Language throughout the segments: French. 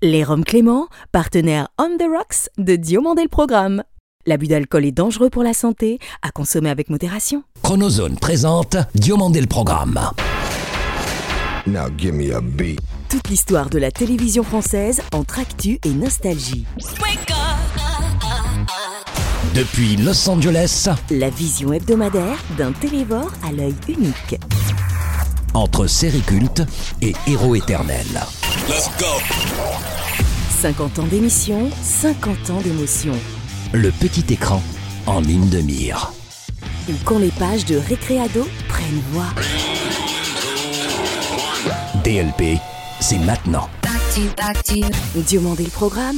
Les Roms Clément, partenaire On the Rocks de Diomandé le Programme. L'abus d'alcool est dangereux pour la santé, à consommer avec modération. Chronozone présente Diomandé le Programme. Now give me a beat. Toute l'histoire de la télévision française entre actu et nostalgie. Depuis Los Angeles, La vision hebdomadaire d'un télévore à l'œil unique. entre séries cultes et héros éternels. Let's go. 50 ans d'émission, 50 ans d'émotion. Le petit écran en ligne de mire. Ou quand les pages de Récréado prennent voix. DLP, c'est maintenant. Diomandé le Programme.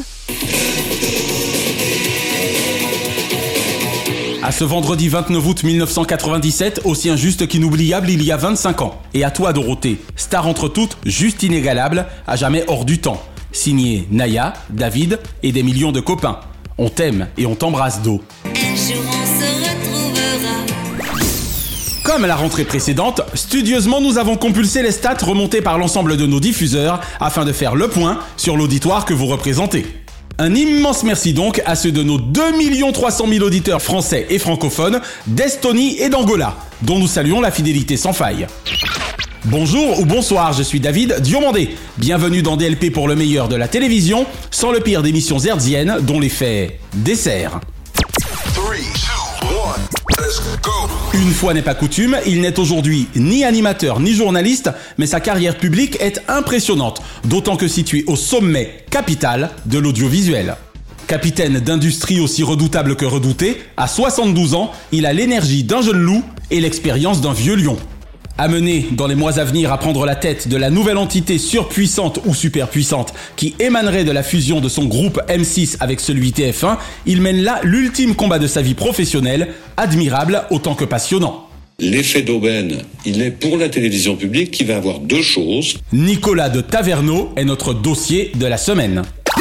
À ce vendredi 29 août 1997, aussi injuste qu'inoubliable il y a 25 ans. Et à toi Dorothée, star entre toutes, juste inégalable, à jamais hors du temps. Signé Naya, David et des millions de copains. On t'aime et on t'embrasse Do. Un jour on se retrouvera. Comme à la rentrée précédente, studieusement nous avons compulsé les stats remontées par l'ensemble de nos diffuseurs afin de faire le point sur l'auditoire que vous représentez. Un immense merci donc à ceux de nos 2 300 000 auditeurs français et francophones d'Estonie et d'Angola, dont nous saluons la fidélité sans faille. Bonjour ou bonsoir, je suis David Diomandé. Bienvenue dans DLP pour le meilleur de la télévision, sans le pire d'émissions hertziennes dont l'effet dessert. 3, 2, 1, let's go. Une fois n'est pas coutume, il n'est aujourd'hui ni animateur ni journaliste, mais sa carrière publique est impressionnante, d'autant que situé au sommet capital de l'audiovisuel. Capitaine d'industrie aussi redoutable que redouté, à 72 ans, il a l'énergie d'un jeune loup et l'expérience d'un vieux lion. Amené dans les mois à venir à prendre la tête de la nouvelle entité surpuissante ou superpuissante qui émanerait de la fusion de son groupe M6 avec celui TF1, il mène là l'ultime combat de sa vie professionnelle, admirable autant que passionnant. L'effet d'aubaine, il est pour la télévision publique qui va avoir deux choses. Nicolas de Taverneau est notre dossier de la semaine.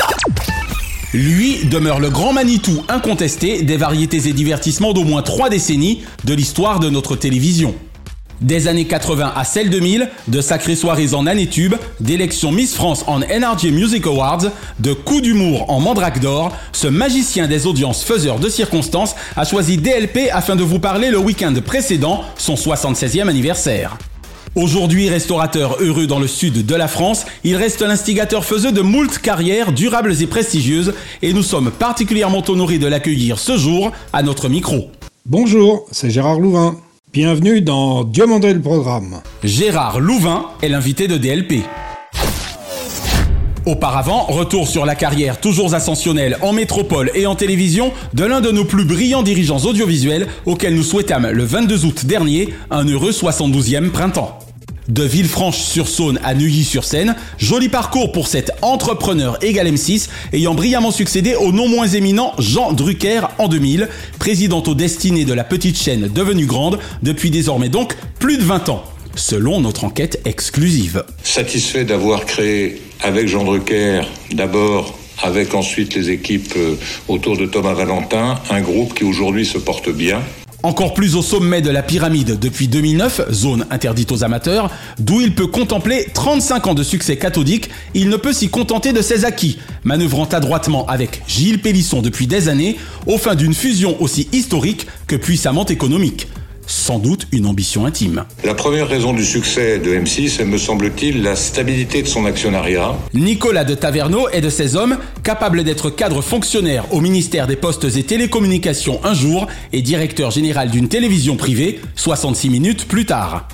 Lui demeure le grand Manitou incontesté des variétés et divertissements d'au moins 3 décennies de l'histoire de notre télévision. Des années 80 à celle 2000, de sacrées soirées en année tube, d'élections Miss France en NRJ Music Awards, de coups d'humour en Mandrake d'or, ce magicien des audiences faiseur de circonstances a choisi DLP afin de vous parler le week-end précédent, son 76e anniversaire. Aujourd'hui restaurateur heureux dans le sud de la France, il reste l'instigateur faiseux de moult carrières durables et prestigieuses et nous sommes particulièrement honorés de l'accueillir ce jour à notre micro. Bonjour, c'est Gérard Louvain. Bienvenue dans Diomandé le Programme. Gérard Louvain est l'invité de DLP. Auparavant, retour sur la carrière toujours ascensionnelle en métropole et en télévision de l'un de nos plus brillants dirigeants audiovisuels auquel nous souhaitâmes le 22 août dernier un heureux 72e printemps. De Villefranche-sur-Saône à Neuilly-sur-Seine, joli parcours pour cet entrepreneur égal M6 ayant brillamment succédé au non moins éminent Jean Drucker en 2000, président aux destinées de la petite chaîne devenue grande depuis désormais donc plus de 20 ans, selon notre enquête exclusive. Satisfait d'avoir créé avec Jean Drucker, d'abord avec ensuite les équipes autour de Thomas Valentin, un groupe qui aujourd'hui se porte bien. Encore plus au sommet de la pyramide depuis 2009, zone interdite aux amateurs, d'où il peut contempler 35 ans de succès cathodique, il ne peut s'y contenter de ses acquis, manœuvrant adroitement avec Gilles Pélisson depuis des années, au fin d'une fusion aussi historique que puissamment économique. Sans doute une ambition intime. La première raison du succès de M6 est, me semble-t-il, la stabilité de son actionnariat. Nicolas de Taverneau est de ces hommes capables d'être cadre fonctionnaire au ministère des Postes et Télécommunications un jour et directeur général d'une télévision privée 66 minutes plus tard.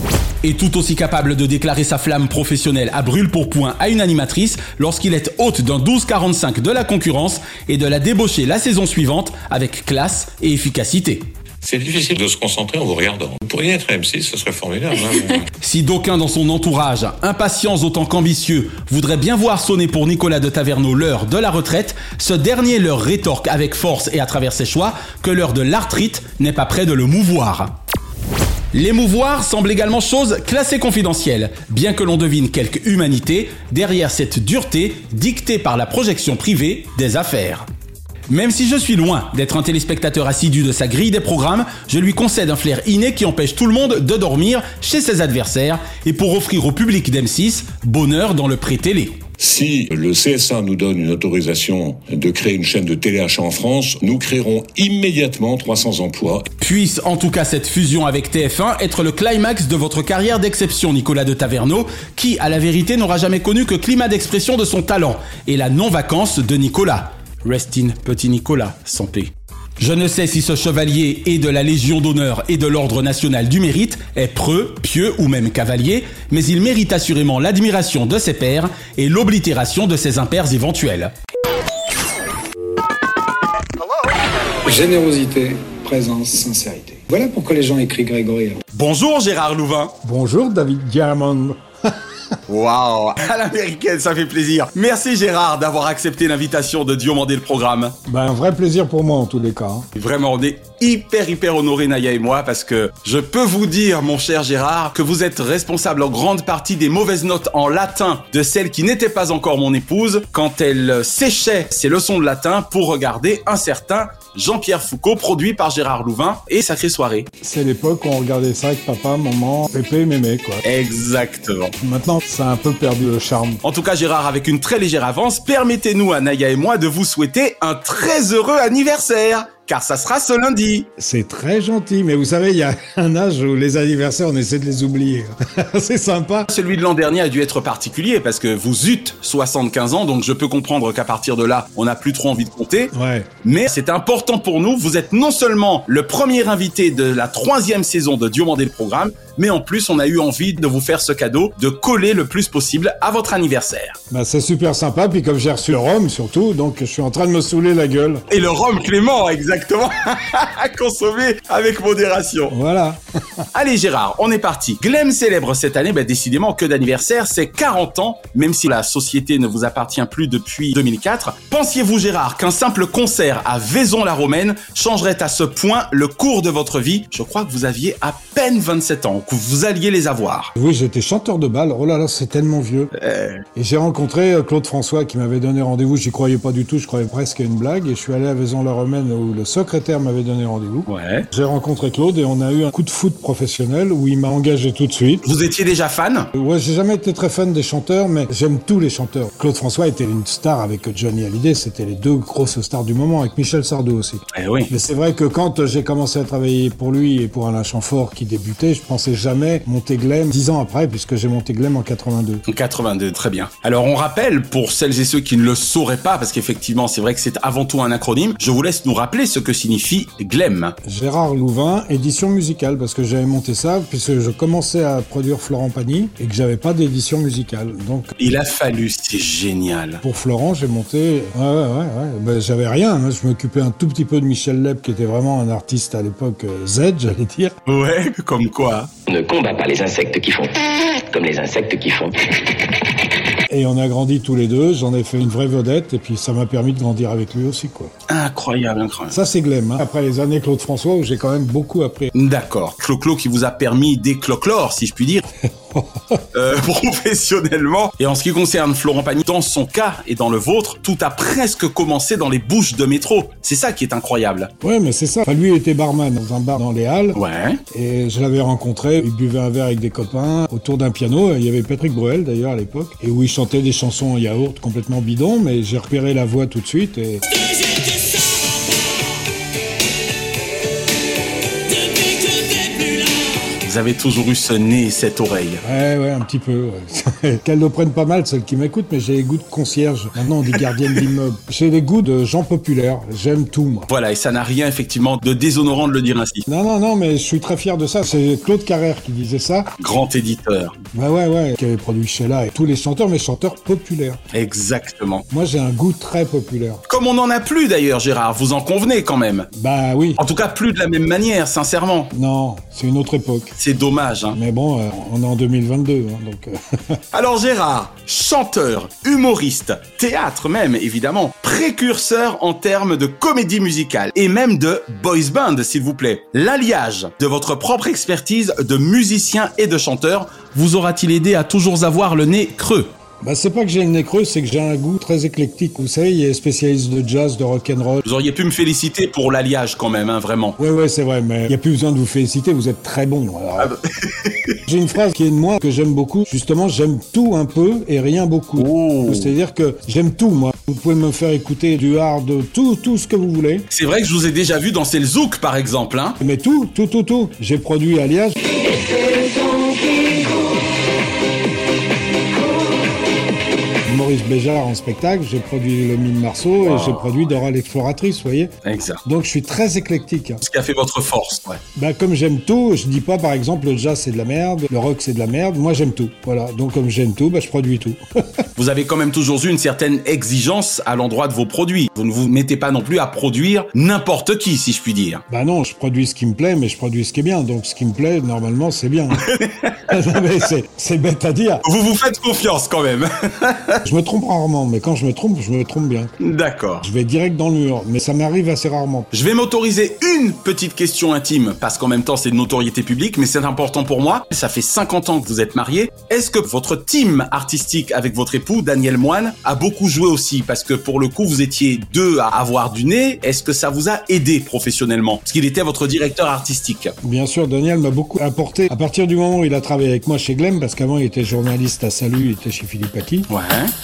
Et tout aussi capable de déclarer sa flamme professionnelle à brûle-pourpoint à une animatrice lorsqu'il est hôte d'un 12-45 de la concurrence et de la débaucher la saison suivante avec classe et efficacité. C'est difficile de se concentrer en vous regardant. Vous pourriez être M6, ce serait formidable. Si d'aucuns dans son entourage, impatients autant qu'ambitieux, voudraient bien voir sonner pour Nicolas de Taverneau l'heure de la retraite, ce dernier leur rétorque avec force et à travers ses choix que l'heure de l'arthrite n'est pas près de le mouvoir. L'émouvoir semble également chose classée confidentielle, bien que l'on devine quelque humanité derrière cette dureté dictée par la projection privée des affaires. Même si je suis loin d'être un téléspectateur assidu de sa grille des programmes, je lui concède un flair inné qui empêche tout le monde de dormir chez ses adversaires et pour offrir au public d'M6 bonheur dans le pré-télé. Si le CSA nous donne une autorisation de créer une chaîne de téléachat en France, nous créerons immédiatement 300 emplois. Puisse en tout cas cette fusion avec TF1 être le climax de votre carrière d'exception, Nicolas de Taverneau, qui, à la vérité, n'aura jamais connu que climat d'expression de son talent et la non-vacance de Nicolas. Rest in petit Nicolas, sans paix. Je ne sais si ce chevalier est de la Légion d'honneur et de l'Ordre national du mérite, est preux, pieux ou même cavalier, mais il mérite assurément l'admiration de ses pairs et l'oblitération de ses impairs éventuels. Générosité, présence, sincérité. Voilà pourquoi les gens écrivent Grégory. Bonjour Gérard Louvain. Bonjour David Diamond. Waouh, à l'américaine, ça fait plaisir. Merci Gérard d'avoir accepté l'invitation de Diomandé le programme. Un vrai plaisir pour moi en tous les cas. Vraiment, on est hyper honorés, Naya et moi, parce que je peux vous dire, mon cher Gérard, que vous êtes responsable en grande partie des mauvaises notes en latin de celle qui n'était pas encore mon épouse quand elle séchait ses leçons de latin pour regarder un certain Jean-Pierre Foucault, produit par Gérard Louvain et Sacrée Soirée. C'est l'époque où on regardait ça avec papa, maman, Pépé, mémé, quoi. Exactement. Maintenant, ça a un peu perdu le charme. En tout cas, Gérard, avec une très légère avance, permettez-nous à Naya et moi de vous souhaiter un très heureux anniversaire. Car ça sera ce lundi. C'est très gentil, mais vous savez, il y a un âge où les anniversaires, on essaie de les oublier. C'est sympa. Celui de l'an dernier a dû être particulier parce que vous eûtes 75 ans, donc je peux comprendre qu'à partir de là, on n'a plus trop envie de compter. Ouais. Mais c'est important pour nous. Vous êtes non seulement le premier invité de la 3e saison de Diomandé le programme, mais en plus, on a eu envie de vous faire ce cadeau, de coller le plus possible à votre anniversaire. C'est super sympa, puis comme j'ai reçu le rhum surtout, donc je suis en train de me saouler la gueule. Et le rhum Clément, exactement, à consommer avec modération. Voilà. Allez Gérard, on est parti. Glemm célèbre cette année, décidément que d'anniversaire, c'est 40 ans, même si la société ne vous appartient plus depuis 2004. Pensiez-vous Gérard qu'un simple concert à Vaison-la-Romaine changerait à ce point le cours de votre vie? Je crois que vous aviez à peine 27 ans, que vous alliez les avoir. Oui, j'étais chanteur de bal. Oh là là, c'est tellement vieux. Et j'ai rencontré Claude François qui m'avait donné rendez-vous. J'y croyais pas du tout, je croyais presque à une blague. Et je suis allé à Vaison-la-Romaine où le secrétaire m'avait donné rendez-vous. Ouais. J'ai rencontré Claude et on a eu un coup de foot professionnel où il m'a engagé tout de suite. Vous étiez déjà fan? Ouais, j'ai jamais été très fan des chanteurs, mais j'aime tous les chanteurs. Claude François était une star avec Johnny Hallyday. C'était les deux grosses stars du moment, avec Michel Sardou aussi. Eh oui. Mais c'est vrai que quand j'ai commencé à travailler pour lui et pour Alain Chamfort qui débutait, je pensais jamais monter Glemm 10 ans après, puisque j'ai monté Glemm en 82. En 82, très bien. Alors on rappelle, pour celles et ceux qui ne le sauraient pas, parce qu'effectivement c'est vrai que c'est avant tout un acronyme, je vous laisse nous rappeler ce que signifie Glemm. Gérard Louvain, édition musicale, parce que j'avais monté ça, puisque je commençais à produire Florent Pagny, et que j'avais pas d'édition musicale. Donc, il a fallu, c'est génial. Pour Florent, j'ai monté... Ouais. J'avais rien, hein. Je m'occupais un tout petit peu de Michel Leb, qui était vraiment un artiste à l'époque Z, j'allais dire. Ouais, comme quoi. On ne combat pas les insectes qui font comme les insectes qui font. Et on a grandi tous les deux, j'en ai fait une vraie vedette, et puis ça m'a permis de grandir avec lui aussi, quoi. Incroyable. Ça, c'est Glemm, hein. Après les années Claude François, où j'ai quand même beaucoup appris. D'accord. Clo-Clo qui vous a permis d'éclore, si je puis dire. Professionnellement. Et en ce qui concerne Florent Pagny, dans son cas et dans le vôtre, tout a presque commencé dans les bouches de métro. C'est ça qui est incroyable. Ouais, mais c'est ça. Enfin, lui était barman dans un bar dans les Halles. Ouais. Et je l'avais rencontré, il buvait un verre avec des copains autour d'un piano. Il y avait Patrick Bruel d'ailleurs à l'époque. Et où il chantait des chansons en yaourt complètement bidons, mais j'ai repéré la voix tout de suite et... Vous avez toujours eu ce nez et cette oreille. Ouais, un petit peu. Ouais. Qu'elles le prennent pas mal, celles qui m'écoutent, mais j'ai les goûts de concierge. Maintenant, on dit gardienne d'immeuble. J'ai les goûts de gens populaires. J'aime tout, moi. Voilà, et ça n'a rien, effectivement, de déshonorant de le dire ainsi. Non, mais je suis très fier de ça. C'est Claude Carrère qui disait ça. Grand éditeur. Ouais, qui avait produit Sheila et tous les chanteurs, mais chanteurs populaires. Exactement. Moi, j'ai un goût très populaire. Comme on n'en a plus, d'ailleurs, Gérard, vous en convenez quand même. Bah oui. En tout cas, plus de la même manière, sincèrement. Non, c'est une autre époque. C'est dommage, hein. Mais bon, on est en 2022, hein, donc... Alors Gérard, chanteur, humoriste, théâtre même, évidemment, précurseur en termes de comédie musicale et même de boys band, s'il vous plaît. L'alliage de votre propre expertise de musicien et de chanteur vous aura-t-il aidé à toujours avoir le nez creux ? Bah, c'est pas que j'ai le nez creux, c'est que j'ai un goût très éclectique. Vous savez, il y a des spécialistes de jazz, de rock'n'roll. Vous auriez pu me féliciter pour l'alliage quand même, hein, vraiment. Ouais, c'est vrai, mais il n'y a plus besoin de vous féliciter, vous êtes très bon. Alors, j'ai une phrase qui est de moi, que j'aime beaucoup. Justement, j'aime tout un peu et rien beaucoup. Oh. C'est-à-dire que j'aime tout, moi. Vous pouvez me faire écouter du hard, tout ce que vous voulez. C'est vrai que je vous ai déjà vu danser le zouk, par exemple, hein. Mais tout. J'ai produit Alliage. Maurice Béjart en spectacle, j'ai produit le Mime Marceau et j'ai produit Dora l'exploratrice, vous voyez. Exact. Donc je suis très éclectique. Ce qui a fait votre force, ouais. Bah comme j'aime tout, je dis pas par exemple le jazz c'est de la merde, le rock c'est de la merde, moi j'aime tout. Voilà, donc comme j'aime tout, bah je produis tout. Vous avez quand même toujours eu une certaine exigence à l'endroit de vos produits. Vous ne vous mettez pas non plus à produire n'importe qui, si je puis dire. Bah non, je produis ce qui me plaît, mais je produis ce qui est bien. Donc ce qui me plaît, normalement, c'est bien. Mais c'est bête à dire. Vous vous faites confiance quand même. Je me trompe rarement, mais quand je me trompe bien. D'accord. Je vais direct dans le mur, mais ça m'arrive assez rarement. Je vais m'autoriser une petite question intime, parce qu'en même temps c'est de notoriété publique, mais c'est important pour moi. Ça fait 50 ans que vous êtes mariés. Est-ce que votre team artistique avec votre époux, Daniel Moine, a beaucoup joué aussi? Parce que pour le coup, vous étiez deux à avoir du nez. Est-ce que ça vous a aidé professionnellement? Parce qu'il était votre directeur artistique. Bien sûr, Daniel m'a beaucoup apporté. À partir du moment où il a travaillé avec moi chez Glem, parce qu'avant il était journaliste à Salut, il était chez Philippe Patti. Ouais.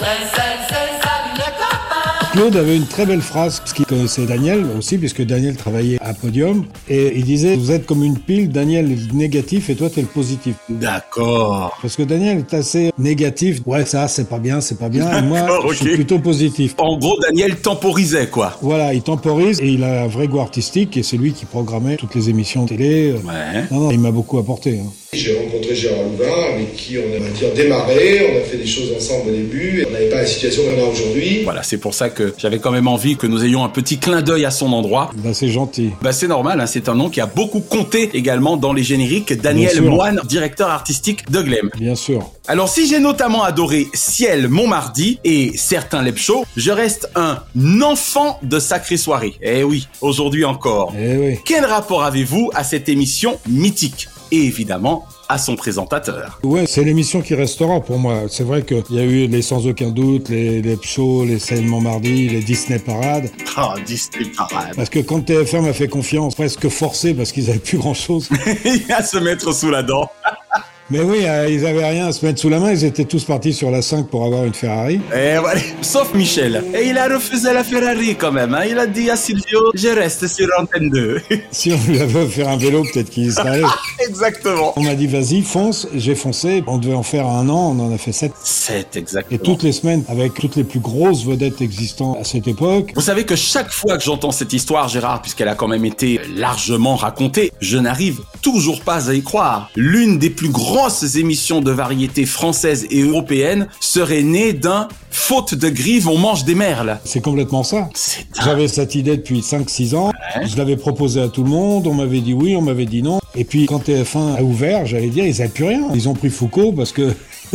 Claude avait une très belle phrase, parce qu'il connaissait Daniel aussi, puisque Daniel travaillait à Podium, et il disait « Vous êtes comme une pile, Daniel est le négatif et toi t'es le positif. » D'accord. Parce que Daniel est assez négatif. Ouais, ça, c'est pas bien, et moi, je suis plutôt positif. En gros, Daniel temporisait, quoi. Voilà, il temporise, et il a un vrai goût artistique, et c'est lui qui programmait toutes les émissions de télé. Ouais. Non, il m'a beaucoup apporté. Hein. J'ai rencontré Gérard Louvain, avec qui on a démarré, on a fait des choses ensemble au début, et on n'avait pas la situation qu'on a aujourd'hui. Voilà, c'est pour ça que j'avais quand même envie que nous ayons un petit clin d'œil à son endroit. Bah c'est gentil. Bah c'est normal, hein, c'est un nom qui a beaucoup compté également dans les génériques. Daniel Moine, directeur artistique de Glem. Bien sûr. Alors si j'ai notamment adoré Ciel Montmardi et certains Lep Show, je reste un enfant de Sacrée Soirée. Eh oui, aujourd'hui encore. Eh oui. Quel rapport avez-vous à cette émission mythique? Et évidemment, à son présentateur. Ouais, c'est l'émission qui restera pour moi. C'est vrai qu'il y a eu les Sans Aucun Doute, les Lep Show, les Ciel Montmardi, les Disney Parade. Ah, Disney Parade. Parce que quand TF1 m'a fait confiance, presque forcé parce qu'ils avaient plus grand chose. à se mettre sous la dent. Mais oui, ils avaient rien à se mettre sous la main, ils étaient tous partis sur la 5 pour avoir une Ferrari. Et voilà, sauf Michel. Et il a refusé la Ferrari quand même, hein. Il a dit à Silvio, je reste sur Antenne 2. Si on lui avait offert un vélo, peut-être qu'il y serait allé. Exactement. On m'a dit, vas-y, fonce. J'ai foncé. On devait en faire 1 an, on en a fait 7. 7, exactement. Et toutes les semaines, avec toutes les plus grosses vedettes existantes à cette époque. Vous savez que chaque fois que j'entends cette histoire, Gérard, puisqu'elle a quand même été largement racontée, je n'arrive toujours pas à y croire. L'une des plus grosses émissions de variété française et européenne serait née d'un faute de grive, on mange des merles. C'est complètement ça. C'est J'avais cette idée depuis 5-6 ans. Ouais. Je l'avais proposé à tout le monde. On m'avait dit oui, on m'avait dit non. Et puis quand TF1 a ouvert, j'allais dire, ils n'avaient plus rien. Ils ont pris Foucault parce que...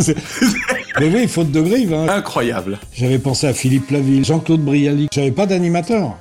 Mais oui, faute de grive. Hein. Incroyable. J'avais pensé à Philippe Laville, Jean-Claude Brialy. J'avais pas d'animateur.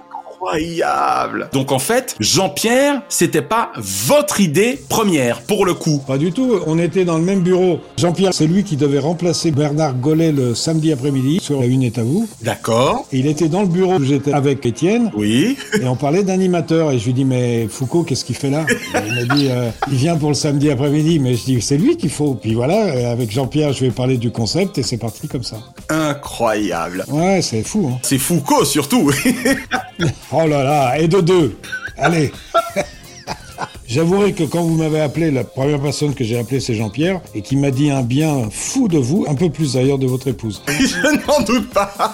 Incroyable. Donc en fait, Jean-Pierre, c'était pas votre idée première, pour le coup. Pas du tout, on était dans le même bureau. Jean-Pierre, c'est lui qui devait remplacer Bernard Gollet le samedi après-midi sur La Une est à vous. D'accord. Et il était dans le bureau où j'étais avec Étienne. Oui. Et on parlait d'animateur. Et je lui dis, mais Foucault, qu'est-ce qu'il fait là? Et il m'a dit, il vient pour le samedi après-midi. Mais je dis, c'est lui qu'il faut. Puis voilà, avec Jean-Pierre, je vais parler du concept et c'est parti comme ça. Incroyable. Ouais, c'est fou. Hein. C'est Foucault surtout. Oh là là, et de 2. Allez. J'avouerai que quand vous m'avez appelé, la première personne que j'ai appelée, c'est Jean-Pierre, et qui m'a dit un bien fou de vous, un peu plus d'ailleurs de votre épouse. Je n'en doute pas.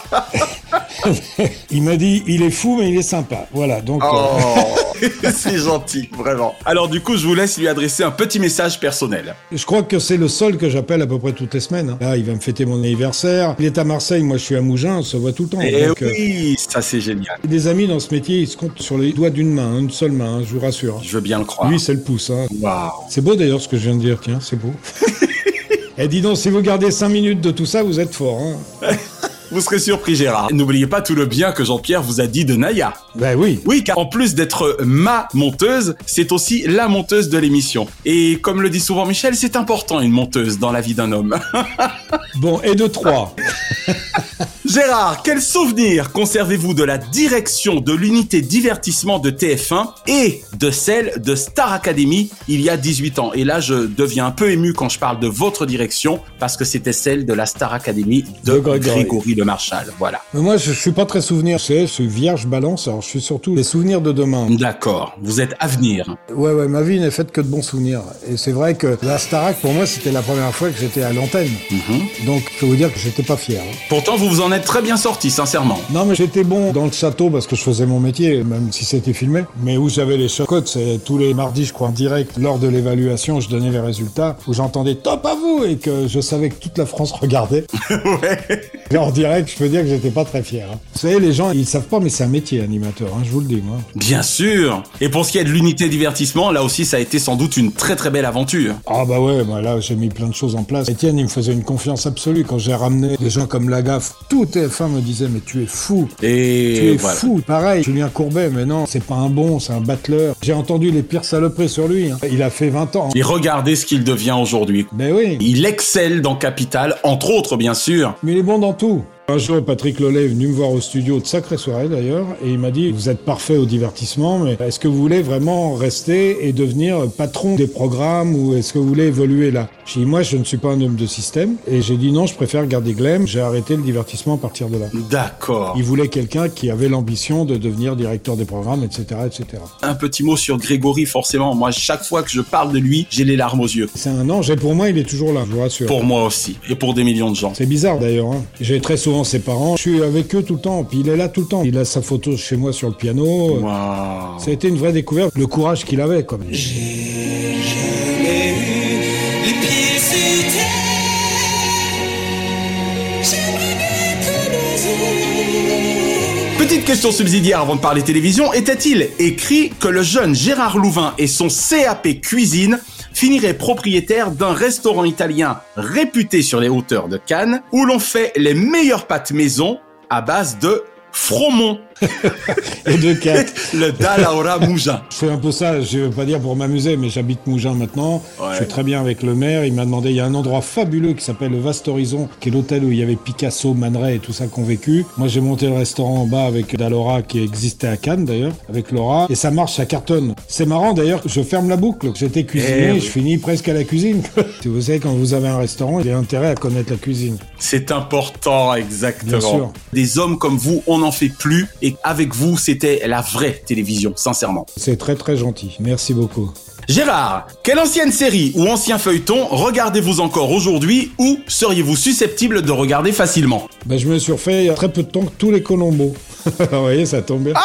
Il m'a dit, il est fou, mais il est sympa. Voilà, donc... Oh, c'est gentil, vraiment. Alors du coup, je vous laisse lui adresser un petit message personnel. Je crois que c'est le seul que j'appelle à peu près toutes les semaines. Hein. Là, il va me fêter mon anniversaire. Il est à Marseille, moi je suis à Mougins, on se voit tout le temps. Et donc, oui, ça c'est génial. Des amis dans ce métier, ils se comptent sur les doigts d'une main, une seule main, hein, je vous rassure. Je veux bien le croire. Lui, c'est le pouce. Hein. Waouh. C'est beau d'ailleurs ce que je viens de dire, tiens, c'est beau. Et dis donc, si vous gardez 5 minutes de tout ça, vous êtes fort. Hein. Vous serez surpris, Gérard. N'oubliez pas tout le bien que Jean-Pierre vous a dit de Naya. Ben oui. Oui, car en plus d'être ma monteuse, c'est aussi la monteuse de l'émission. Et comme le dit souvent Michel, c'est important une monteuse dans la vie d'un homme. Bon, et de 3. Gérard, quel souvenir conservez-vous de la direction de l'unité divertissement de TF1 et de celle de Star Academy il y a 18 ans? Et là, je deviens un peu ému quand je parle de votre direction parce que c'était celle de la Star Academy de Grégory Le Marchal. Voilà. Mais moi, je suis pas très souvenir. Je suis vierge balance, alors je suis surtout les souvenirs de demain. D'accord. Vous êtes avenir. Ouais, ma vie n'est faite que de bons souvenirs. Et c'est vrai que la Starac, pour moi, c'était la première fois que j'étais à l'antenne. Donc, je peux vous dire que j'étais pas fier. Pourtant, vous en êtes très bien sorti, sincèrement. Non, mais j'étais bon dans le château parce que je faisais mon métier, même si c'était filmé. Mais où j'avais les chocottes, c'est tous les mardis, je crois, en direct. Lors de l'évaluation, je donnais les résultats, où j'entendais « top à vous » et que je savais que toute la France regardait. Ouais. Et en direct, je peux dire que j'étais pas très fier. Vous savez, les gens, ils savent pas, mais c'est un métier, animateur, je vous le dis, moi. Bien sûr. Et pour ce qui est de l'unité divertissement, là aussi, ça a été sans doute une très très belle aventure. Ah bah ouais, moi là, j'ai mis plein de choses en place. Étienne, il me faisait une confiance absolue quand j'ai ramené des gens comme Lagaffe. Tout TF1 me disait, mais tu es fou. Et tu es voilà. fou. Pareil, Julien Courbet, mais non, c'est pas un bon, c'est un battleur. J'ai entendu les pires saloperies sur lui. Il a fait 20 ans. Et regardez ce qu'il devient aujourd'hui. Ben oui. Il excelle dans Capital, entre autres, bien sûr. Mais il est bon dans tout. Un jour, Patrick Lelay est venu me voir au studio, de sacrée soirée d'ailleurs, et il m'a dit « Vous êtes parfait au divertissement, mais est-ce que vous voulez vraiment rester et devenir patron des programmes ou est-ce que vous voulez évoluer là ?» J'ai dit « Moi, je ne suis pas un homme de système. » Et j'ai dit « Non, je préfère garder Glem. » J'ai arrêté le divertissement à partir de là. D'accord. Il voulait quelqu'un qui avait l'ambition de devenir directeur des programmes, etc., etc. Un petit mot sur Grégory, forcément. Moi, chaque fois que je parle de lui, j'ai les larmes aux yeux. C'est un ange et pour moi, il est toujours là, je vous rassure. Pour moi aussi. Et pour des millions de gens. C'est bizarre d'ailleurs. J'ai très souvent ses parents. Je suis avec eux tout le temps. Puis il est là tout le temps. Il a sa photo chez moi sur le piano. Wow. Ça a été une vraie découverte. Le courage qu'il avait, comme. J'ai jamais eu les pieds sur terre. Petite question subsidiaire avant de parler télévision. Était-il écrit que le jeune Gérard Louvain et son CAP cuisine finiraient propriétaires d'un restaurant italien réputé sur les hauteurs de Cannes où l'on fait les meilleures pâtes maison à base de Fromont et de 4. Le Dalaura Mougin. Je fais un peu ça, je veux pas dire pour m'amuser, mais j'habite Mougin maintenant. Ouais. Je suis très bien avec le maire. Il m'a demandé, il y a un endroit fabuleux qui s'appelle le Vaste Horizon, qui est l'hôtel où il y avait Picasso, Man Ray et tout ça qu'on vécu. Moi, j'ai monté le restaurant en bas avec Dalora, qui existait à Cannes d'ailleurs, avec Laura. Et ça marche, ça cartonne. C'est marrant d'ailleurs, je ferme la boucle. J'étais cuisinier, je finis presque à la cuisine. Vous savez, quand vous avez un restaurant, il y a intérêt à connaître la cuisine. C'est important, exactement. Bien sûr. Des hommes comme vous, on n'en fait plus. Et avec vous, c'était la vraie télévision, sincèrement. C'est très très gentil. Merci beaucoup. Gérard, quelle ancienne série ou ancien feuilleton regardez-vous encore aujourd'hui ou seriez-vous susceptible de regarder facilement? Ben, je me suis refait il y a très peu de temps tous les Colombo. Vous voyez, ça tombe bien.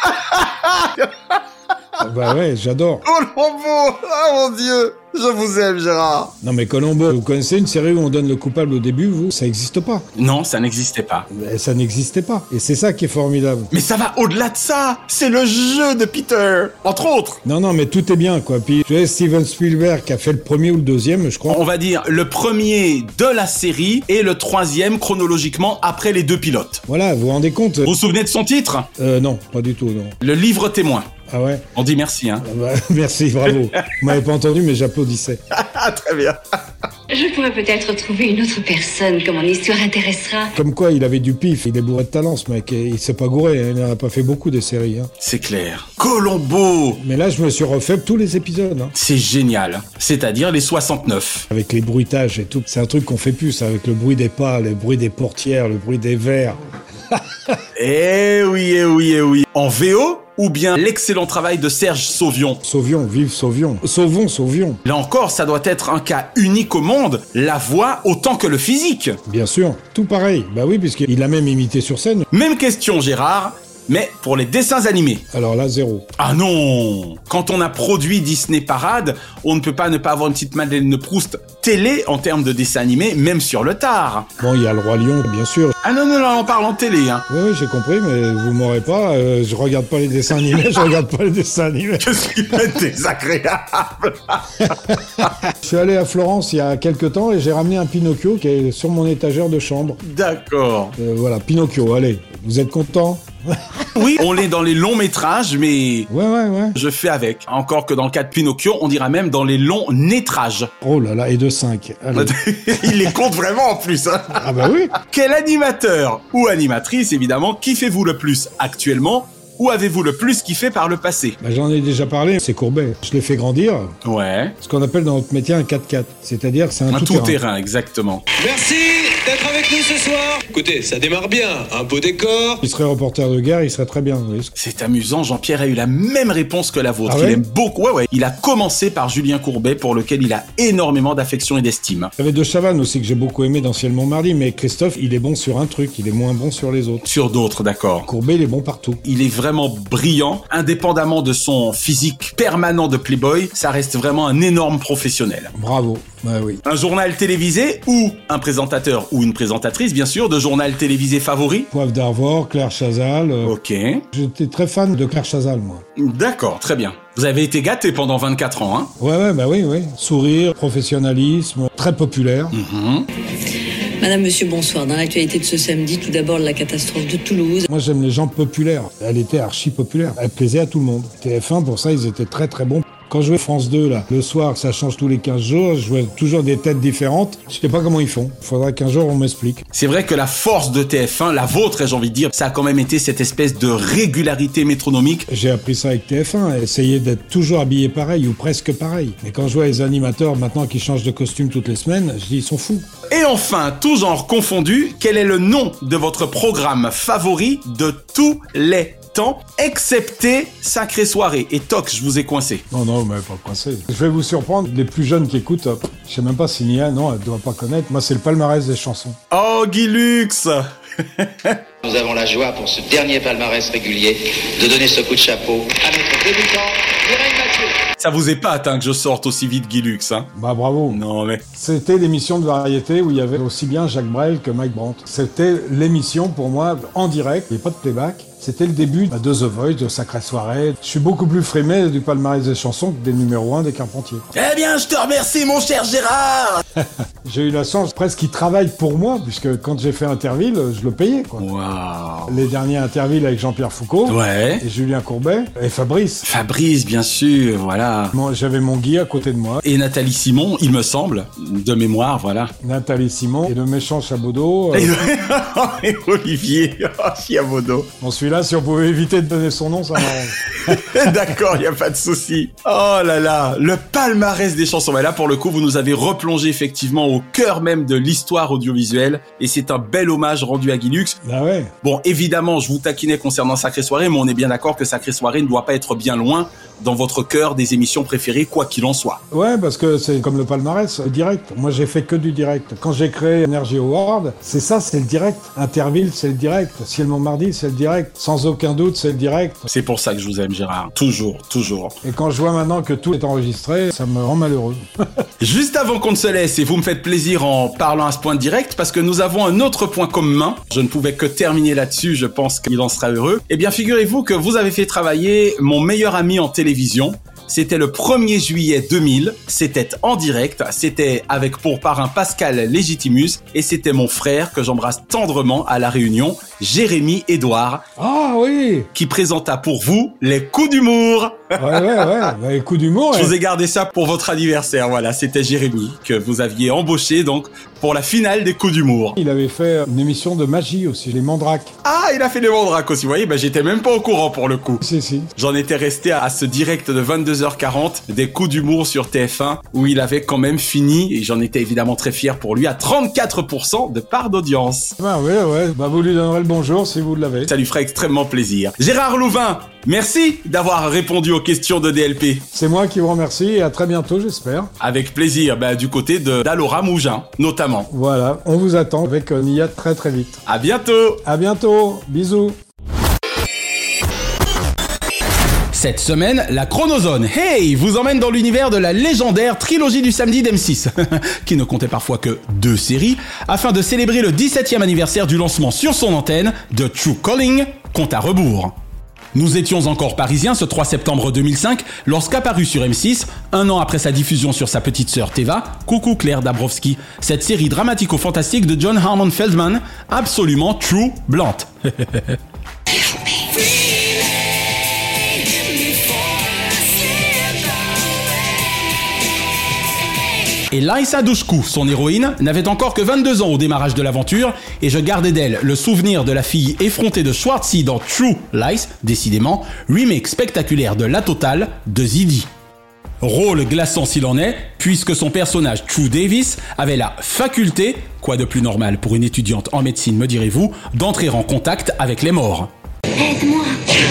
Bah ouais, j'adore. Colombo, oh mon Dieu, je vous aime Gérard. Non mais Colombo, vous connaissez une série où on donne le coupable au début, vous? Ça n'existe pas. Non, ça n'existait pas. Ça n'existait pas. Et c'est ça qui est formidable. Mais ça va au-delà de ça. C'est le jeu de Peter, entre autres. Non, mais tout est bien, quoi. Puis, je sais, Steven Spielberg qui a fait le premier ou le deuxième, je crois. On va dire le premier de la série et le troisième chronologiquement après les deux pilotes. Voilà, vous vous rendez compte? Vous vous souvenez de son titre? Non, pas du tout, non. Le livre témoin. Ah ouais? On dit merci, hein. Merci, bravo. Vous m'avez pas entendu, mais j'applaudissais. Très bien. Je pourrais peut-être trouver une autre personne que mon histoire intéressera. Comme quoi, il avait du pif, il est bourré de talent, ce mec. Et il s'est pas gouré, il n'en a pas fait beaucoup des séries. C'est clair. Colombo! Mais là, je me suis refait tous les épisodes. C'est génial. C'est-à-dire les 69. Avec les bruitages et tout. C'est un truc qu'on fait plus, avec le bruit des pas, le bruit des portières, le bruit des verres. Eh oui. En VO ou bien l'excellent travail de Serge Sauvion. Sauvion, vive Sauvion. Sauvons Sauvion. Là encore, ça doit être un cas unique au monde, la voix autant que le physique. Bien sûr, tout pareil. Bah oui, puisqu'il a même imité sur scène. Même question, Gérard. Mais pour les dessins animés. Alors là, 0. Ah non! Quand on a produit Disney Parade, on ne peut pas ne pas avoir une petite Madeleine de Proust télé en termes de dessins animés, même sur le tard. Bon, il y a le Roi Lion, bien sûr. Ah non, on parle en télé, hein. Oui, j'ai compris, mais vous m'aurez pas. Je regarde pas les dessins animés, Je suis désagréable. Je suis allé à Florence il y a quelques temps et j'ai ramené un Pinocchio qui est sur mon étagère de chambre. D'accord. Voilà, Pinocchio, allez, vous êtes content? Oui, on est dans les longs métrages, mais ouais. Je fais avec. Encore que dans le cas de Pinocchio, on dira même dans les longs nétrages. Oh là là, et de 5. Il les compte vraiment en plus. Hein. Ah bah oui. Quel animateur ou animatrice, évidemment, kiffez-vous le plus actuellement? Où avez-vous le plus kiffé par le passé? J'en ai déjà parlé, c'est Courbet. Je l'ai fait grandir. Ouais. Ce qu'on appelle dans notre métier un 4x4. C'est-à-dire que c'est un tout-terrain, exactement. Merci d'être avec nous ce soir. Écoutez, ça démarre bien. Un beau décor. Il serait reporter de guerre, il serait très bien. Oui. C'est amusant, Jean-Pierre a eu la même réponse que la vôtre. Ah ouais, il aime beaucoup. Ouais. Il a commencé par Julien Courbet, pour lequel il a énormément d'affection et d'estime. Il y avait De Chavannes aussi que j'ai beaucoup aimé dans Ciel Montmardi, mais Christophe, il est bon sur un truc, il est moins bon sur les autres. Sur d'autres, d'accord. Courbet, il est bon partout. Il est vraiment brillant, indépendamment de son physique permanent de playboy, ça reste vraiment un énorme professionnel. Bravo, oui. Un journal télévisé ou un présentateur ou une présentatrice, bien sûr, de journal télévisé favori? Poivre d'Arvor, Claire Chazal. Ok. J'étais très fan de Claire Chazal, moi. D'accord, très bien. Vous avez été gâté pendant 24 ans, hein? Oui. Sourire, professionnalisme, très populaire. Madame, monsieur, bonsoir. Dans l'actualité de ce samedi, tout d'abord la catastrophe de Toulouse. Moi, j'aime les gens populaires. Elle était archi populaire. Elle plaisait à tout le monde. TF1, pour ça, ils étaient très très bons. Quand je jouais France 2, là, le soir, ça change tous les 15 jours, je jouais toujours des têtes différentes. Je sais pas comment ils font. Faudra qu'un jour on m'explique. C'est vrai que la force de TF1, la vôtre, j'ai envie de dire, ça a quand même été cette espèce de régularité métronomique. J'ai appris ça avec TF1, essayer d'être toujours habillé pareil ou presque pareil. Mais quand je vois les animateurs maintenant qui changent de costume toutes les semaines, je dis ils sont fous. Et enfin, tout genre confondu, quel est le nom de votre programme favori de tous les temps, excepté Sacrée Soirée? Et toc, je vous ai coincé. Non, mais pas coincé. Je vais vous surprendre, les plus jeunes qui écoutent, je sais même pas si Nia, non, elle doit pas connaître. Moi, c'est le palmarès des chansons. Oh, Guy Lux. Nous avons la joie pour ce dernier palmarès régulier de donner ce coup de chapeau à notre débutant, Mireille Mathieu. Ça vous épate que je sorte aussi vite Guy Lux, hein? Bah bravo. Non mais... C'était l'émission de variété où il y avait aussi bien Jacques Brel que Mike Brandt. C'était l'émission pour moi en direct, il n'y a pas de playback. C'était le début de The Voice, de Sacrée Soirée. Je suis beaucoup plus frimé du palmarès des chansons que des numéros 1 des Carpentiers. Eh bien, je te remercie, mon cher Gérard. J'ai eu la chance presque qu'il travaille pour moi, puisque quand j'ai fait Interville, je le payais, quoi. Waouh. Les derniers Interville avec Jean-Pierre Foucault. Ouais. Et Julien Courbet. Et Fabrice. Fabrice, bien sûr, voilà. Moi, j'avais mon Guy à côté de moi. Et Nathalie Simon, il me semble, de mémoire, voilà. Nathalie Simon. Et le méchant Chabaudot. Et Olivier Chiabodo. Bon, celui-là, si on pouvait éviter de donner son nom, ça m'arrange. D'accord, il n'y a pas de souci. Oh là là, le palmarès des chansons. Mais là, pour le coup, vous nous avez replongé effectivement au cœur même de l'histoire audiovisuelle. Et c'est un bel hommage rendu à Guy Lux. Bah ouais. Bon, évidemment, je vous taquinais concernant Sacrée Soirée, mais on est bien d'accord que Sacrée Soirée ne doit pas être bien loin dans votre cœur des émissions préférées, quoi qu'il en soit. Ouais, parce que c'est comme le palmarès, le direct. Moi, j'ai fait que du direct. Quand j'ai créé Energy Award, c'est ça, c'est le direct. Interville, c'est le direct. Ciel Montmardi, c'est le direct. Sans aucun doute, c'est le direct. C'est pour ça que je vous aime, Gérard. Toujours. Et quand je vois maintenant que tout est enregistré, ça me rend malheureux. Juste avant qu'on ne se laisse, et vous me faites plaisir en parlant à ce point de direct, parce que nous avons un autre point commun. Je ne pouvais que terminer là-dessus, je pense qu'il en sera heureux. Eh bien, figurez-vous que vous avez fait travailler mon meilleur ami en télévision. C'était le 1er juillet 2000, c'était en direct, c'était avec pour parrain Pascal Légitimus, et c'était mon frère que j'embrasse tendrement à La Réunion, Jérémy Edouard. Ah oui. Qui présenta pour vous les coups d'humour. Ouais. Bah, les coups d'humour. Je vous ai gardé ça pour votre anniversaire, voilà, c'était Jérémy que vous aviez embauché donc pour la finale des coups d'humour. Il avait fait une émission de magie aussi, les Mandraques. Ah, il a fait les Mandraques aussi, vous voyez, j'étais même pas au courant pour le coup. Si. J'en étais resté à ce direct de 22h40 des coups d'humour sur TF1 où il avait quand même fini, et j'en étais évidemment très fier pour lui, à 34% de part d'audience. Ouais, vous lui donnerez le bonjour si vous l'avez. Ça lui ferait extrêmement plaisir. Gérard Louvain, merci d'avoir répondu aux questions de DLP. C'est moi qui vous remercie et à très bientôt, j'espère. Avec plaisir, du côté d'Alora Mougin, notamment. Voilà, on vous attend avec Nia très très vite. À bientôt. À bientôt, bisous. Cette semaine, la Chronozone, hey, vous emmène dans l'univers de la légendaire trilogie du samedi d'M6, qui ne comptait parfois que 2 séries, afin de célébrer le 17e anniversaire du lancement sur son antenne de True Calling, compte à rebours. Nous étions encore parisiens ce 3 septembre 2005 lorsqu'apparut sur M6, un an après sa diffusion sur sa petite sœur Teva, Coucou Claire Dabrowski, cette série dramatico-fantastique de John Harmon Feldman, absolument troublante. Et Liza Dushku, son héroïne, n'avait encore que 22 ans au démarrage de l'aventure, et je gardais d'elle le souvenir de la fille effrontée de Schwartzy dans True Lies, décidément, remake spectaculaire de La Totale de Zidi. Rôle glaçant s'il en est, puisque son personnage True Davis avait la faculté, quoi de plus normal pour une étudiante en médecine me direz-vous, d'entrer en contact avec les morts. Aide-moi.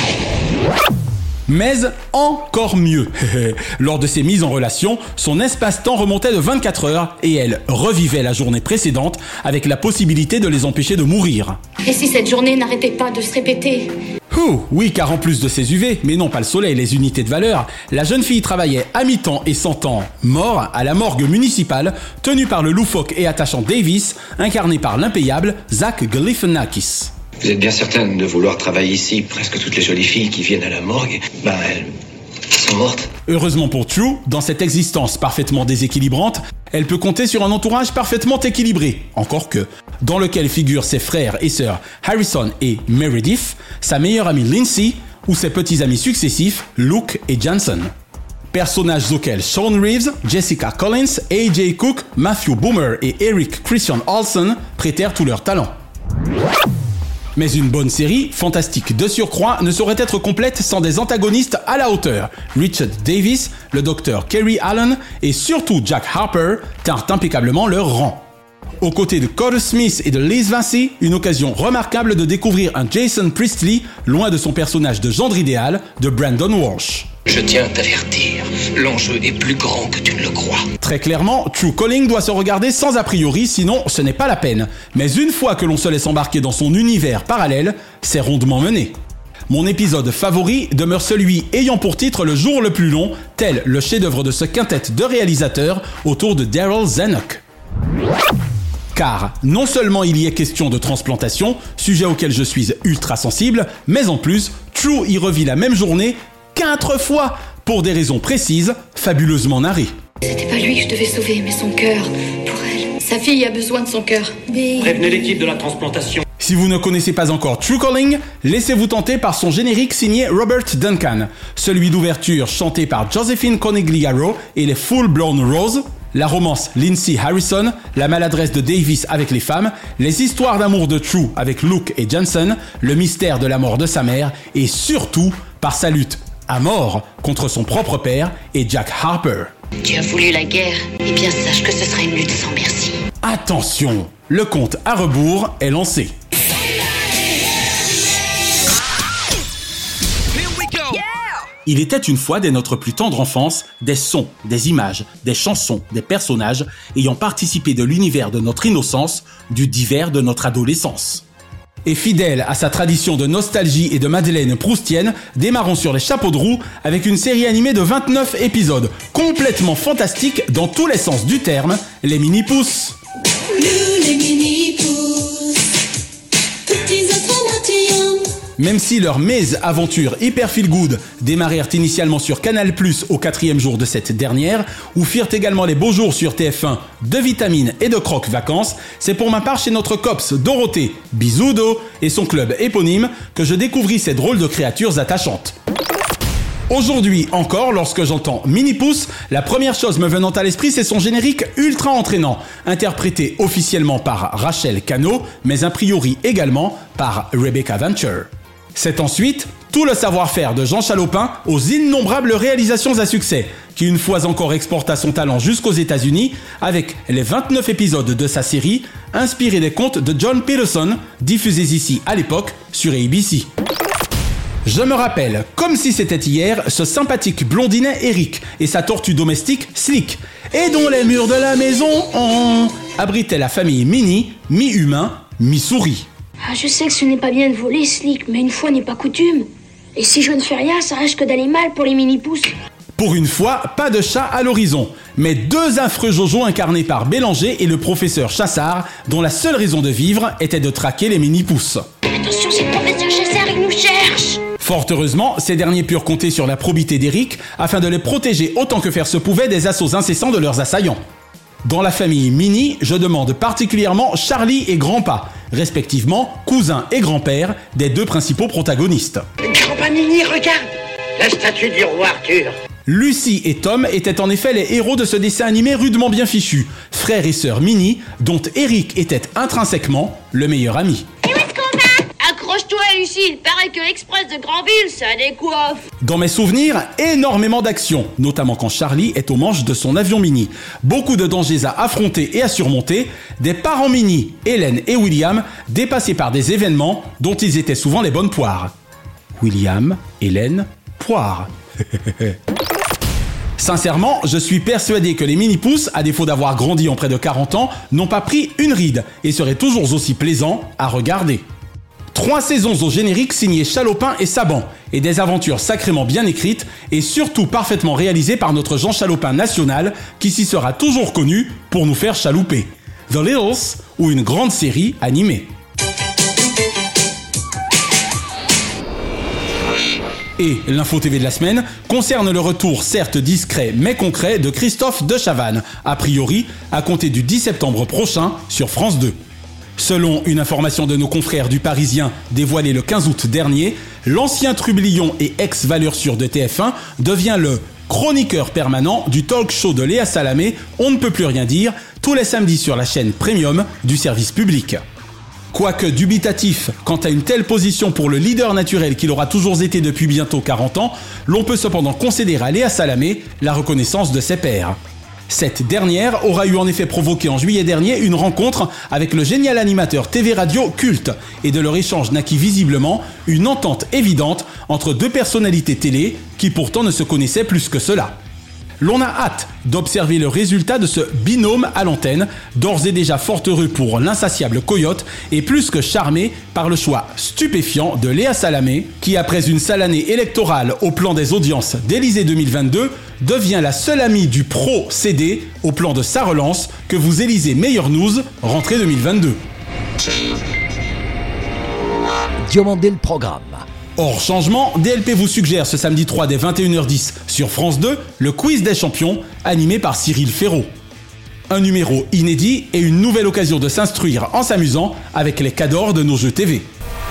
Mais encore mieux, lors de ses mises en relation, son espace-temps remontait de 24 heures et elle revivait la journée précédente avec la possibilité de les empêcher de mourir. Et si cette journée n'arrêtait pas de se répéter ? Oui, car en plus de ses UV, mais non pas le soleil, les unités de valeur, la jeune fille travaillait à mi-temps et sentant mort à la morgue municipale, tenue par le loufoque et attachant Davis, incarné par l'impayable Zach Galifianakis. Vous êtes bien certain de vouloir travailler ici? Presque toutes les jolies filles qui viennent à la morgue, elles sont mortes. Heureusement pour True, dans cette existence parfaitement déséquilibrante, elle peut compter sur un entourage parfaitement équilibré, encore que, dans lequel figurent ses frères et sœurs Harrison et Meredith, sa meilleure amie Lindsay, ou ses petits amis successifs Luke et Jansen. Personnages auxquels Sean Reeves, Jessica Collins, A.J. Cook, Matthew Boomer et Eric Christian Olsen prêtèrent tout leur talent. Mais une bonne série, fantastique de surcroît, ne saurait être complète sans des antagonistes à la hauteur. Richard Davis, le docteur Kerry Allen et surtout Jack Harper tinrent impeccablement leur rang. Aux côtés de Cody Smith et de Liz Vassy, une occasion remarquable de découvrir un Jason Priestley loin de son personnage de gendre idéal de Brandon Walsh. Je tiens à t'avertir, l'enjeu est plus grand que tu ne le crois. Très clairement, True Calling doit se regarder sans a priori, sinon ce n'est pas la peine. Mais une fois que l'on se laisse embarquer dans son univers parallèle, c'est rondement mené. Mon épisode favori demeure celui ayant pour titre Le jour le plus long, tel le chef-d'œuvre de ce quintet de réalisateurs autour de Daryl Zanuck. Car non seulement il y est question de transplantation, sujet auquel je suis ultra sensible, mais en plus, True y revit la même journée 4 fois, pour des raisons précises, fabuleusement narrées. C'était pas lui que je devais sauver, mais son cœur, pour elle. Sa fille a besoin de son cœur. Prévenez l'équipe de la transplantation. Si vous ne connaissez pas encore True Calling, laissez-vous tenter par son générique signé Robert Duncan, celui d'ouverture chanté par Josephine Conigliaro et les Full Blown Rose, la romance Lindsay Harrison, la maladresse de Davis avec les femmes, les histoires d'amour de True avec Luke et Jansen, le mystère de la mort de sa mère et surtout par sa lutte à mort contre son propre père et Jack Harper. Tu as voulu la guerre, eh bien sache que ce sera une lutte sans merci. Attention, le compte à rebours est lancé. Il était une fois dès notre plus tendre enfance des sons, des images, des chansons, des personnages ayant participé de l'univers de notre innocence, du divers de notre adolescence. Et fidèle à sa tradition de nostalgie et de Madeleine proustienne, démarrons sur les chapeaux de roue avec une série animée de 29 épisodes, complètement fantastique dans tous les sens du terme, les Mini-Pouces. Les Mini-Pouces, petits astronauts. Même si leurs mez-aventures hyper feel good démarrèrent initialement sur Canal+ au 4e jour de cette dernière, ou firent également les beaux jours sur TF1 de Vitamines et de Croque Vacances, c'est pour ma part chez notre cops Dorothée Bisoudo et son club éponyme que je découvris ces drôles de créatures attachantes. Aujourd'hui encore, lorsque j'entends Mini-Pouce, la première chose me venant à l'esprit, c'est son générique ultra entraînant, interprété officiellement par Rachel Cano, mais a priori également par Rebecca Venture. C'est ensuite tout le savoir-faire de Jean Chalopin aux innombrables réalisations à succès, qui une fois encore exporta son talent jusqu'aux États-Unis avec les 29 épisodes de sa série, inspirés des contes de John Peterson, diffusés ici à l'époque sur ABC. Je me rappelle, comme si c'était hier, ce sympathique blondinet Eric et sa tortue domestique Slick, et dont les murs de la maison abritaient la famille Minnie, mi-humain, mi-souris. Ah, je sais que ce n'est pas bien de voler, Slick, mais une fois n'est pas coutume. Et si je ne fais rien, ça risque d'aller mal pour les mini-pousses. Pour une fois, pas de chat à l'horizon, mais 2 affreux Jojo incarnés par Bélanger et le professeur Chassard, dont la seule raison de vivre était de traquer les mini-pousses. Attention, c'est le professeur Chassard, il nous cherche. Fort heureusement, ces derniers purent compter sur la probité d'Eric afin de les protéger autant que faire se pouvait des assauts incessants de leurs assaillants. Dans la famille Mini, je demande particulièrement Charlie et Grandpa, respectivement cousin et grand-père des 2 principaux protagonistes. Grandpa Mini, regarde, la statue du roi Arthur. Lucie et Tom étaient en effet les héros de ce dessin animé rudement bien fichu, frère et sœur Mini, dont Eric était intrinsèquement le meilleur ami. Et où est-ce qu'on va? Accroche-toi, Lucie, il paraît que l'Express de Granville, ça décoiffe. Dans mes souvenirs, énormément d'actions, notamment quand Charlie est aux manches de son avion Mini. Beaucoup de dangers à affronter et à surmonter, des parents Mini, Hélène et William, dépassés par des événements dont ils étaient souvent les bonnes poires. William, Hélène, poire. Sincèrement, je suis persuadé que les mini-pousses, à défaut d'avoir grandi en près de 40 ans, n'ont pas pris une ride et seraient toujours aussi plaisants à regarder. 3 saisons au générique signées Chalopin et Saban, et des aventures sacrément bien écrites et surtout parfaitement réalisées par notre Jean Chalopin national qui s'y sera toujours connu pour nous faire chalouper. The Littles ou une grande série animée. Et l'info TV de la semaine concerne le retour certes discret mais concret de Christophe de Chavannes, a priori à compter du 10 septembre prochain sur France 2. Selon une information de nos confrères du Parisien dévoilée le 15 août dernier, l'ancien trublion et ex-valeur sûre de TF1 devient le chroniqueur permanent du talk show de Léa Salamé, On ne peut plus rien dire, tous les samedis sur la chaîne Premium du service public. Quoique dubitatif quant à une telle position pour le leader naturel qu'il aura toujours été depuis bientôt 40 ans, l'on peut cependant concéder à Léa Salamé la reconnaissance de ses pairs. Cette dernière aura eu en effet provoqué en juillet dernier une rencontre avec le génial animateur TV-radio Culte, et de leur échange naquit visiblement une entente évidente entre 2 personnalités télé qui pourtant ne se connaissaient plus que cela. L'on a hâte d'observer le résultat de ce binôme à l'antenne, d'ores et déjà fort heureux pour l'insatiable coyote et plus que charmé par le choix stupéfiant de Léa Salamé, qui après une sale année électorale au plan des audiences d'Élysée 2022, devient la seule amie du pro-CD au plan de sa relance que vous élisez Meilleure News rentrée 2022. Diomandé le programme. Hors changement, DLP vous suggère ce samedi 3 dès 21h10 sur France 2 le quiz des champions animé par Cyril Ferraud. Un numéro inédit et une nouvelle occasion de s'instruire en s'amusant avec les cadors de nos jeux TV.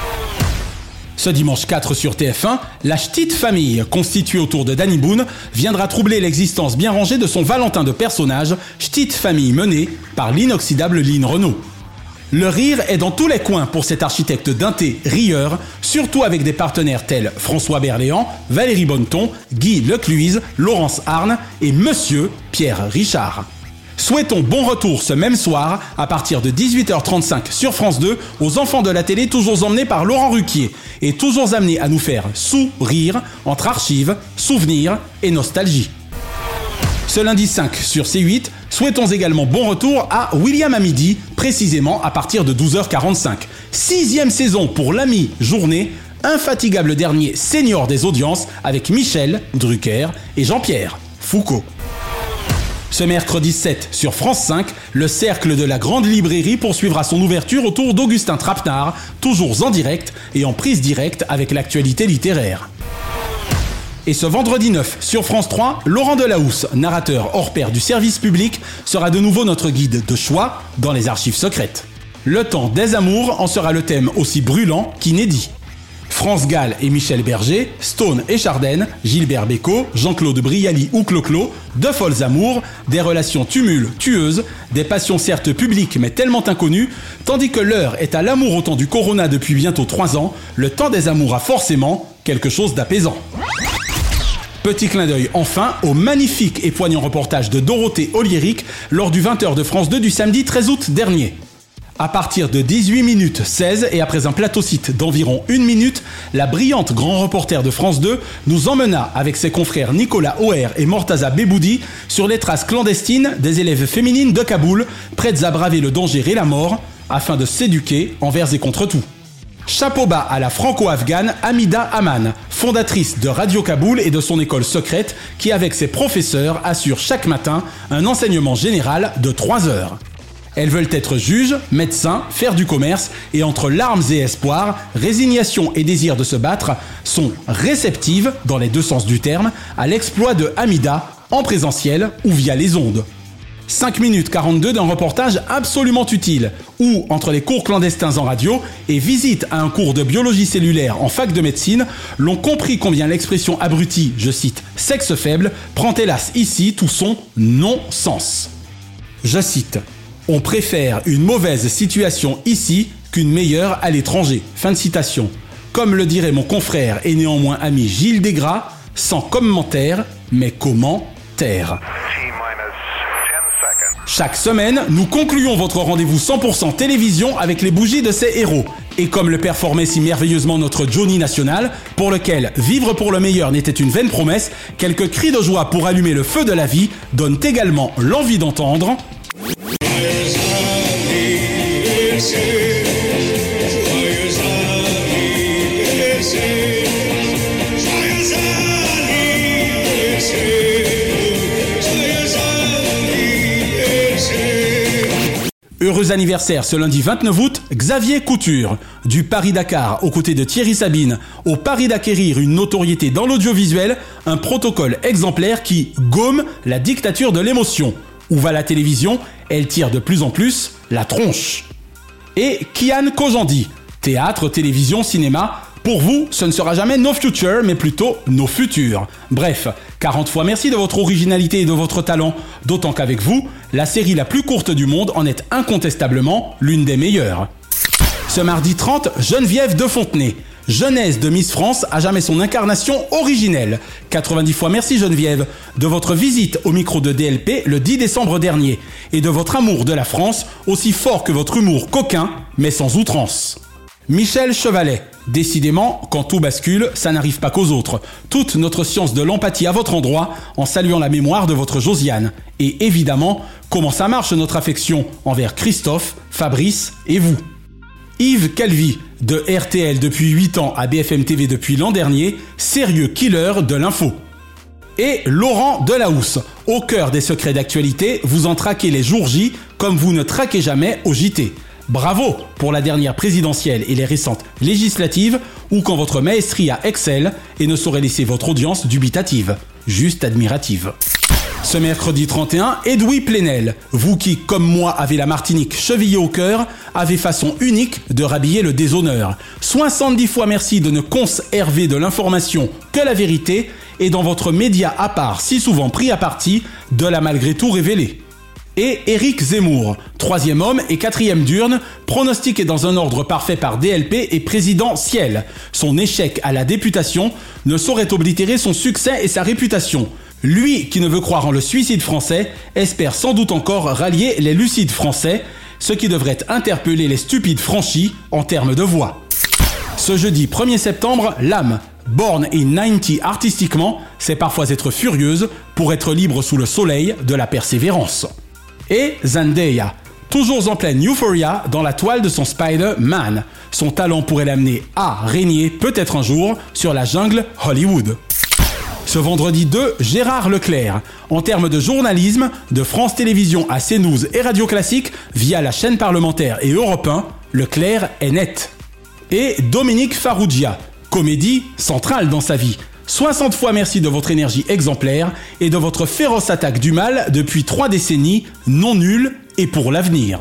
Ce dimanche 4 sur TF1, la ch'tite famille constituée autour de Danny Boone viendra troubler l'existence bien rangée de son Valentin de personnage, ch'tite famille menée par l'inoxydable Lynn Renaud. Le rire est dans tous les coins pour cet architecte dinté rieur, surtout avec des partenaires tels François Berléand, Valérie Bonneton, Guy Lecluise, Laurence Arne et Monsieur Pierre Richard. Souhaitons bon retour ce même soir à partir de 18h35 sur France 2 aux enfants de la télé toujours emmenés par Laurent Ruquier et toujours amenés à nous faire sourire entre archives, souvenirs et nostalgie. Ce lundi 5 sur C8, souhaitons également bon retour à William à midi, précisément à partir de 12h45. 6e saison pour l'ami Journée, infatigable dernier senior des audiences avec Michel Drucker et Jean-Pierre Foucault. Ce mercredi 7 sur France 5, le cercle de la Grande Librairie poursuivra son ouverture autour d'Augustin Trapenard, toujours en direct et en prise directe avec l'actualité littéraire. Et ce vendredi 9 sur France 3, Laurent Delahousse, narrateur hors pair du service public, sera de nouveau notre guide de choix dans les archives secrètes. Le temps des amours en sera le thème aussi brûlant qu'inédit. France Gall et Michel Berger, Stone et Chardenne, Gilbert Bécaud, Jean-Claude Brialy ou Clo-Clo, de folles amours, des relations tumultueuses, des passions certes publiques mais tellement inconnues, tandis que l'heure est à l'amour au temps du Corona depuis bientôt 3 ans, le temps des amours a forcément quelque chose d'apaisant. Petit clin d'œil enfin au magnifique et poignant reportage de Dorothée Oliéric lors du 20h de France 2 du samedi 13 août dernier. À partir de 18 minutes 16 et après un plateau site d'environ 1 minute, la brillante grand reporter de France 2 nous emmena avec ses confrères Nicolas Oher et Mortaza Beboudi sur les traces clandestines des élèves féminines de Kaboul, prêtes à braver le danger et la mort afin de s'éduquer envers et contre tout. Chapeau bas à la franco-afghane Hamida Aman, fondatrice de Radio Kaboul et de son école secrète qui, avec ses professeurs, assure chaque matin un enseignement général de 3 heures. Elles veulent être juges, médecins, faire du commerce et entre larmes et espoir, résignation et désir de se battre, sont réceptives, dans les 2 sens du terme, à l'exploit de Hamida en présentiel ou via les ondes. 5 minutes 42 d'un reportage absolument utile, où, entre les cours clandestins en radio et visite à un cours de biologie cellulaire en fac de médecine, l'on comprit combien l'expression abrutie, je cite, « sexe faible » prend hélas ici tout son non-sens. Je cite, « On préfère une mauvaise situation ici qu'une meilleure à l'étranger ». Fin de citation. Comme le dirait mon confrère et néanmoins ami Gilles Desgras, sans commentaire, mais comment taire. Chaque semaine, nous concluons votre rendez-vous 100% télévision avec les bougies de ses héros. Et comme le performait si merveilleusement notre Johnny National, pour lequel vivre pour le meilleur n'était une vaine promesse, quelques cris de joie pour allumer le feu de la vie donnent également l'envie d'entendre... Heureux anniversaire ce lundi 29 août, Xavier Couture. Du Paris-Dakar aux côtés de Thierry Sabine, au pari d'acquérir une notoriété dans l'audiovisuel, un protocole exemplaire qui gomme la dictature de l'émotion. Où va la télévision? Elle tire de plus en plus la tronche. Et Kian Kojandi. Théâtre, télévision, cinéma... Pour vous, ce ne sera jamais nos futurs, mais plutôt nos futurs. Bref, 40 fois merci de votre originalité et de votre talent. D'autant qu'avec vous, la série la plus courte du monde en est incontestablement l'une des meilleures. Ce mardi 30, Geneviève de Fontenay. Jeunesse de Miss France à jamais son incarnation originelle. 90 fois merci Geneviève, de votre visite au micro de DLP le 10 décembre dernier et de votre amour de la France aussi fort que votre humour coquin, mais sans outrance. Michel Chevalet. Décidément, quand tout bascule, ça n'arrive pas qu'aux autres. Toute notre science de l'empathie à votre endroit, en saluant la mémoire de votre Josiane. Et évidemment, comment ça marche notre affection envers Christophe, Fabrice et vous. Yves Calvi, de RTL depuis 8 ans à BFM TV depuis l'an dernier, sérieux killer de l'info. Et Laurent Delahousse, au cœur des secrets d'actualité, vous en traquez les jours J comme vous ne traquez jamais au JT. Bravo pour la dernière présidentielle et les récentes législatives, ou quand votre maestria excelle et ne saurait laisser votre audience dubitative, juste admirative. Ce mercredi 31, Edoui Plenel, vous qui, comme moi, avez la Martinique chevillée au cœur, avez façon unique de rhabiller le déshonneur. 70 fois merci de ne conserver de l'information que la vérité, et dans votre média à part, si souvent pris à partie, de la malgré tout révélée. Et Éric Zemmour, 3e homme et 4e d'urne, pronostiqué dans un ordre parfait par DLP et présidentiel. Son échec à la députation ne saurait oblitérer son succès et sa réputation. Lui, qui ne veut croire en le suicide français, espère sans doute encore rallier les lucides français, ce qui devrait interpeller les stupides franchis en termes de voix. Ce jeudi 1er septembre, l'âme, born in 90 artistiquement, c'est parfois être furieuse pour être libre sous le soleil de la persévérance. Et Zendaya, toujours en pleine euphoria dans la toile de son Spider-Man. Son talent pourrait l'amener à régner peut-être un jour sur la jungle Hollywood. Ce vendredi 2, Gérard Leclerc. En termes de journalisme, de France Télévisions à CNews et Radio Classique, via la chaîne parlementaire et Europe 1, Leclerc est net. Et Dominique Farrugia, comédie centrale dans sa vie. 60 fois merci de votre énergie exemplaire et de votre féroce attaque du mal depuis 3 décennies, non nulles et pour l'avenir.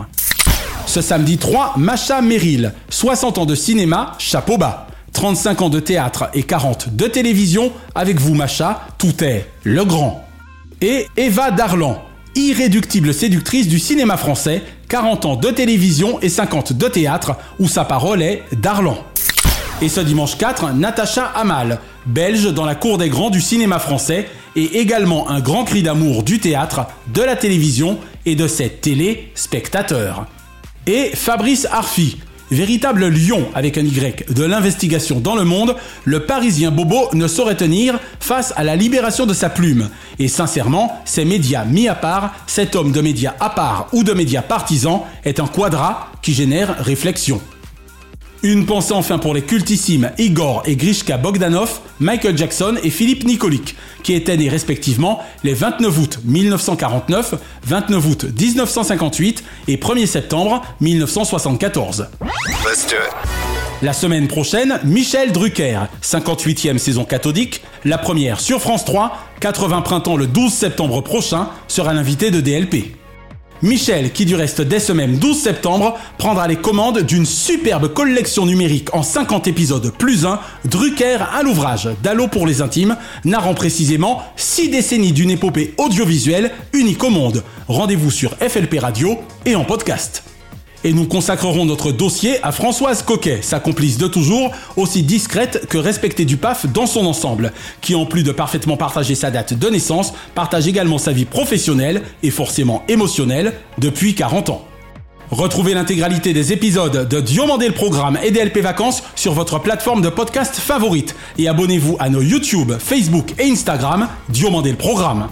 Ce samedi 3, Macha Merrill, 60 ans de cinéma, chapeau bas. 35 ans de théâtre et 40 de télévision, avec vous Macha, tout est le grand. Et Eva Darlan, irréductible séductrice du cinéma français, 40 ans de télévision et 50 de théâtre, où sa parole est Darlan. Et ce dimanche 4, Natacha Amal, belge dans la cour des grands du cinéma français et également un grand cri d'amour du théâtre, de la télévision et de ses téléspectateurs. Et Fabrice Arfi, véritable lion avec un Y de l'investigation dans le monde, le Parisien bobo ne saurait tenir face à la libération de sa plume. Et sincèrement, ces médias mis à part, cet homme de médias à part ou de médias partisans est un quadra qui génère réflexion. Une pensée enfin pour les cultissimes Igor et Grishka Bogdanov, Michael Jackson et Philippe Nikolic, qui étaient nés respectivement les 29 août 1949, 29 août 1958 et 1er septembre 1974. Let's do it. La semaine prochaine, Michel Drucker, 58e saison cathodique, la première sur France 3, 80 printemps le 12 septembre prochain, sera l'invité de DLP. Michel, qui du reste dès ce même 12 septembre, prendra les commandes d'une superbe collection numérique en 50 épisodes plus 1, Drucker à l'ouvrage, d'Allo pour les intimes, narrant précisément 6 décennies d'une épopée audiovisuelle unique au monde. Rendez-vous sur FLP Radio et en podcast. Et nous consacrerons notre dossier à Françoise Coquet, sa complice de toujours, aussi discrète que respectée du PAF dans son ensemble, qui en plus de parfaitement partager sa date de naissance, partage également sa vie professionnelle et forcément émotionnelle depuis 40 ans. Retrouvez l'intégralité des épisodes de Diomandé le Programme et DLP Vacances sur votre plateforme de podcast favorite et abonnez-vous à nos YouTube, Facebook et Instagram Diomandé le Programme.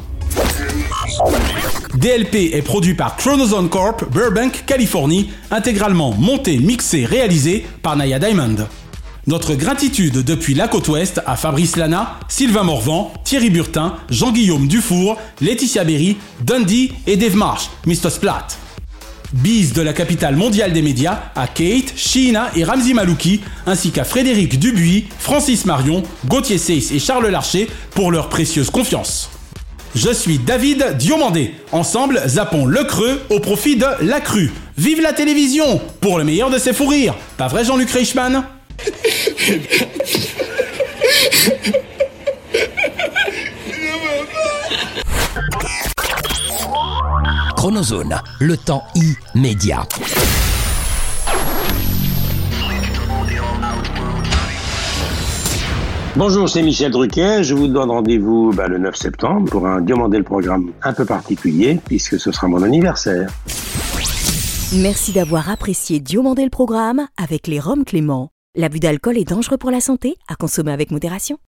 DLP est produit par Chronozone Corp, Burbank, Californie, intégralement monté, mixé, réalisé par Naya Diamond. Notre gratitude depuis la côte ouest à Fabrice Lana, Sylvain Morvan, Thierry Burtin, Jean-Guillaume Dufour, Laetitia Berry, Dundee et Dave Marsh, Mr. Splat. Bise de la capitale mondiale des médias à Kate, Sheena et Ramzi Malouki, ainsi qu'à Frédéric Dubuis, Francis Marion, Gauthier Seyss et Charles Larcher pour leur précieuse confiance. Je suis David Diomandé. Ensemble, zappons le creux au profit de la crue. Vive la télévision pour le meilleur de ses fous rires. Pas vrai, Jean-Luc Reichmann? Chronozone, le temps immédiat. Bonjour, c'est Michel Drucker. Je vous donne rendez-vous le 9 septembre pour un Diomandé le Programme un peu particulier puisque ce sera mon anniversaire. Merci d'avoir apprécié Diomandé le Programme avec les Rhums Clément. L'abus d'alcool est dangereux pour la santé, à consommer avec modération.